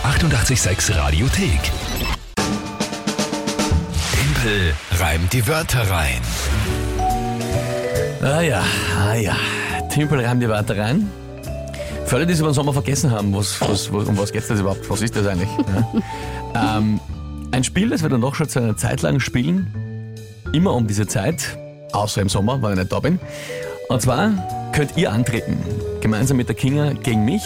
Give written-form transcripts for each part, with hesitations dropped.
886 Radiothek. Tempel reimt die Wörter rein. Ah ja. Timpel reimt die Wörter rein. Für alle, die es über den Sommer vergessen haben, um was geht das überhaupt? Was ist das eigentlich? Ja. Ein Spiel, das wir dann doch schon eine Zeit lang spielen. Immer um diese Zeit. Außer im Sommer, weil ich nicht da bin. Und zwar könnt ihr antreten. Gemeinsam mit der Kinga gegen mich.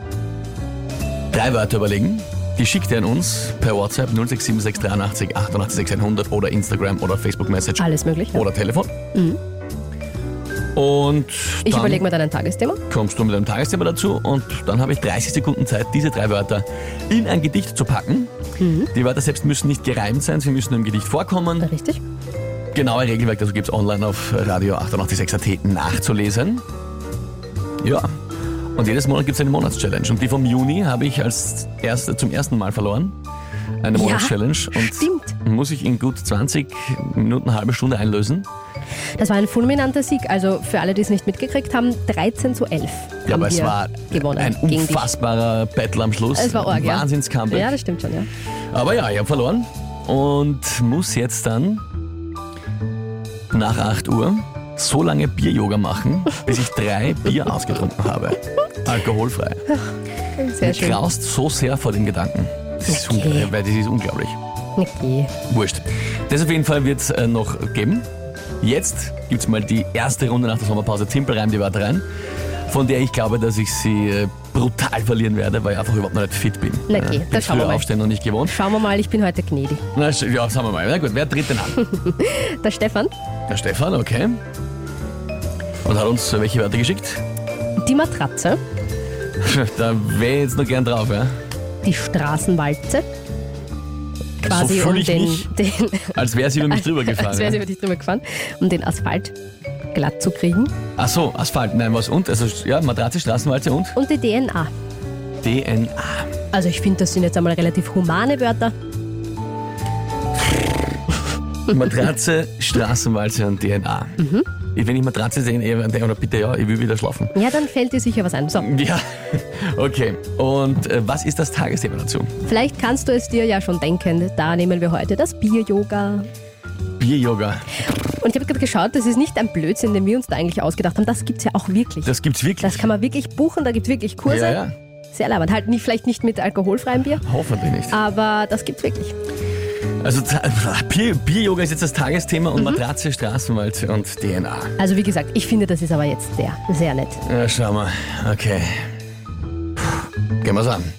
3 Wörter überlegen. Die schickt ihr an uns per WhatsApp 0676 83 88 100 oder Instagram oder Facebook Message. Alles möglich. Ja. Oder Telefon. Mhm. Und ich überlege mir dann ein Tagesthema. Kommst du mit einem Tagesthema dazu und dann habe ich 30 Sekunden Zeit, diese 3 Wörter in ein Gedicht zu packen. Mhm. Die Wörter selbst müssen nicht gereimt sein, sie müssen im Gedicht vorkommen. Richtig. Genaue Regelwerk, also gibt es online auf Radio 886.at nachzulesen. Ja. Und jedes Monat gibt es eine Monatschallenge. Und die vom Juni habe ich zum ersten Mal verloren. Eine Monatschallenge. Und stimmt. Muss ich in gut 20 Minuten, eine halbe Stunde einlösen. Das war ein fulminanter Sieg. Also für alle, die es nicht mitgekriegt haben, 13:11. Ja, aber es war gewonnen ein unfassbarer Battle am Schluss. Es war arg, Wahnsinns-Comeback. Ja, das stimmt schon, ja. Aber ja, ich habe verloren und muss jetzt dann nach 8 Uhr so lange Bier-Yoga machen, bis ich 3 Bier ausgetrunken habe. Alkoholfrei. Sehr schön. Du graust so sehr vor den Gedanken. Das ist unglaublich. Okay. Wurscht. Das auf jeden Fall wird es noch geben. Jetzt gibt es mal die erste Runde nach der Sommerpause. Timpel reimt die Wörter rein, von der ich glaube, dass ich sie brutal verlieren werde, weil ich einfach überhaupt noch nicht fit bin. Okay, das schauen wir mal. Aufstehen noch nicht gewohnt. Schauen wir mal, ich bin heute gnädig. Ja, schauen wir mal. Na gut, wer tritt denn an? Der Stefan. Der Stefan, okay. Und hat uns welche Wörter geschickt? Die Matratze. Da wäre ich jetzt noch gern drauf, ja. Die Straßenwalze. Quasi so um den als wäre sie über mich drüber gefahren. Als wäre sie über dich drüber gefahren, um den Asphalt glatt zu kriegen. Ach so, Asphalt, nein, was und? Also ja, Matratze, Straßenwalze und? Und die DNA. DNA. Also ich finde, das sind jetzt einmal relativ humane Wörter. Matratze, Straßenwalze und DNA. Mhm. Wenn ich Matratze sehe, oder bitte ja, ich will wieder schlafen. Ja, dann fällt dir sicher was ein. So. Ja, okay. Und was ist das Tagesthema dazu? Vielleicht kannst du es dir ja schon denken. Da nehmen wir heute das Bier-Yoga. Bier-Yoga. Und ich habe gerade geschaut, das ist nicht ein Blödsinn, den wir uns da eigentlich ausgedacht haben. Das gibt es ja auch wirklich. Das gibt's wirklich? Das kann man wirklich buchen, da gibt es wirklich Kurse. Ja. Sehr leibend. Halt vielleicht nicht mit alkoholfreiem Bier. Hoffentlich nicht. Aber das gibt's wirklich. Also Bier-Yoga ist jetzt das Tagesthema und Matratze, Straßenwalze und DNA. Also wie gesagt, ich finde, das ist aber jetzt sehr nett. Ja, schau mal. Okay. Gehen wir's an.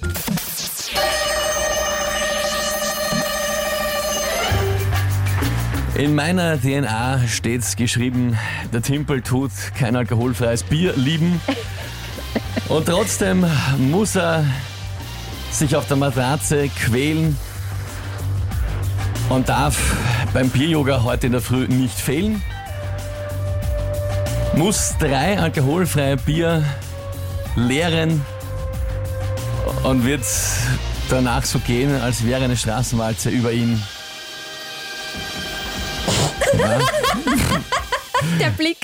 In meiner DNA steht's geschrieben, der Timpel tut kein alkoholfreies Bier lieben. Und trotzdem muss er sich auf der Matratze quälen und darf beim Bier-Yoga heute in der Früh nicht fehlen. Muss 3 alkoholfreie Bier leeren und wird danach so gehen, als wäre eine Straßenwalze über ihn. Ja. Der Blick.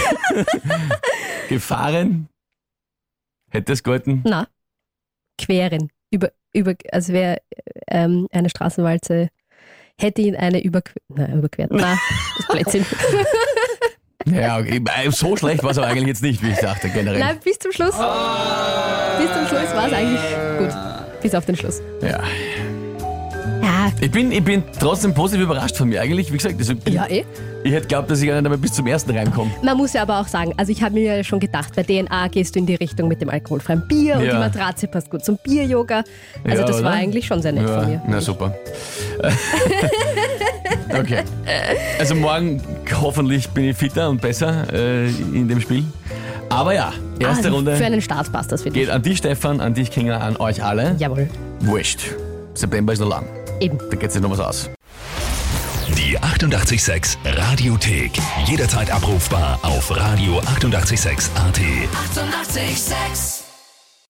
Gefahren? Hätte es gehalten? Na, queren. Als wäre eine Straßenwalze, hätte ihn eine überquert. Na, das ist Blödsinn. Ja, okay. So schlecht war es aber eigentlich jetzt nicht, wie ich dachte, generell. Nein, bis zum Schluss. Bis zum Schluss war es eigentlich gut. Bis auf den Schluss. Ja. Ja. Ich bin trotzdem positiv überrascht von mir eigentlich. Wie gesagt, ich hätte geglaubt, dass ich gar nicht einmal bis zum ersten reinkomme. Man muss ja aber auch sagen, also ich habe mir ja schon gedacht, bei DNA gehst du in die Richtung mit dem alkoholfreien Bier und die Matratze passt gut zum Bier-Yoga. Also das war eigentlich schon sehr nett von mir. Na super. Okay. Also morgen hoffentlich bin ich fitter und besser in dem Spiel. Aber ja, erste Runde. Für einen Start passt das für dich. Geht an dich, Stefan, an dich, Kinga, an euch alle. Jawohl. Wurscht. September ist noch lang. Eben. Da geht sich noch was aus. Die 886 Radiothek. Jederzeit abrufbar auf radio886.at. 886!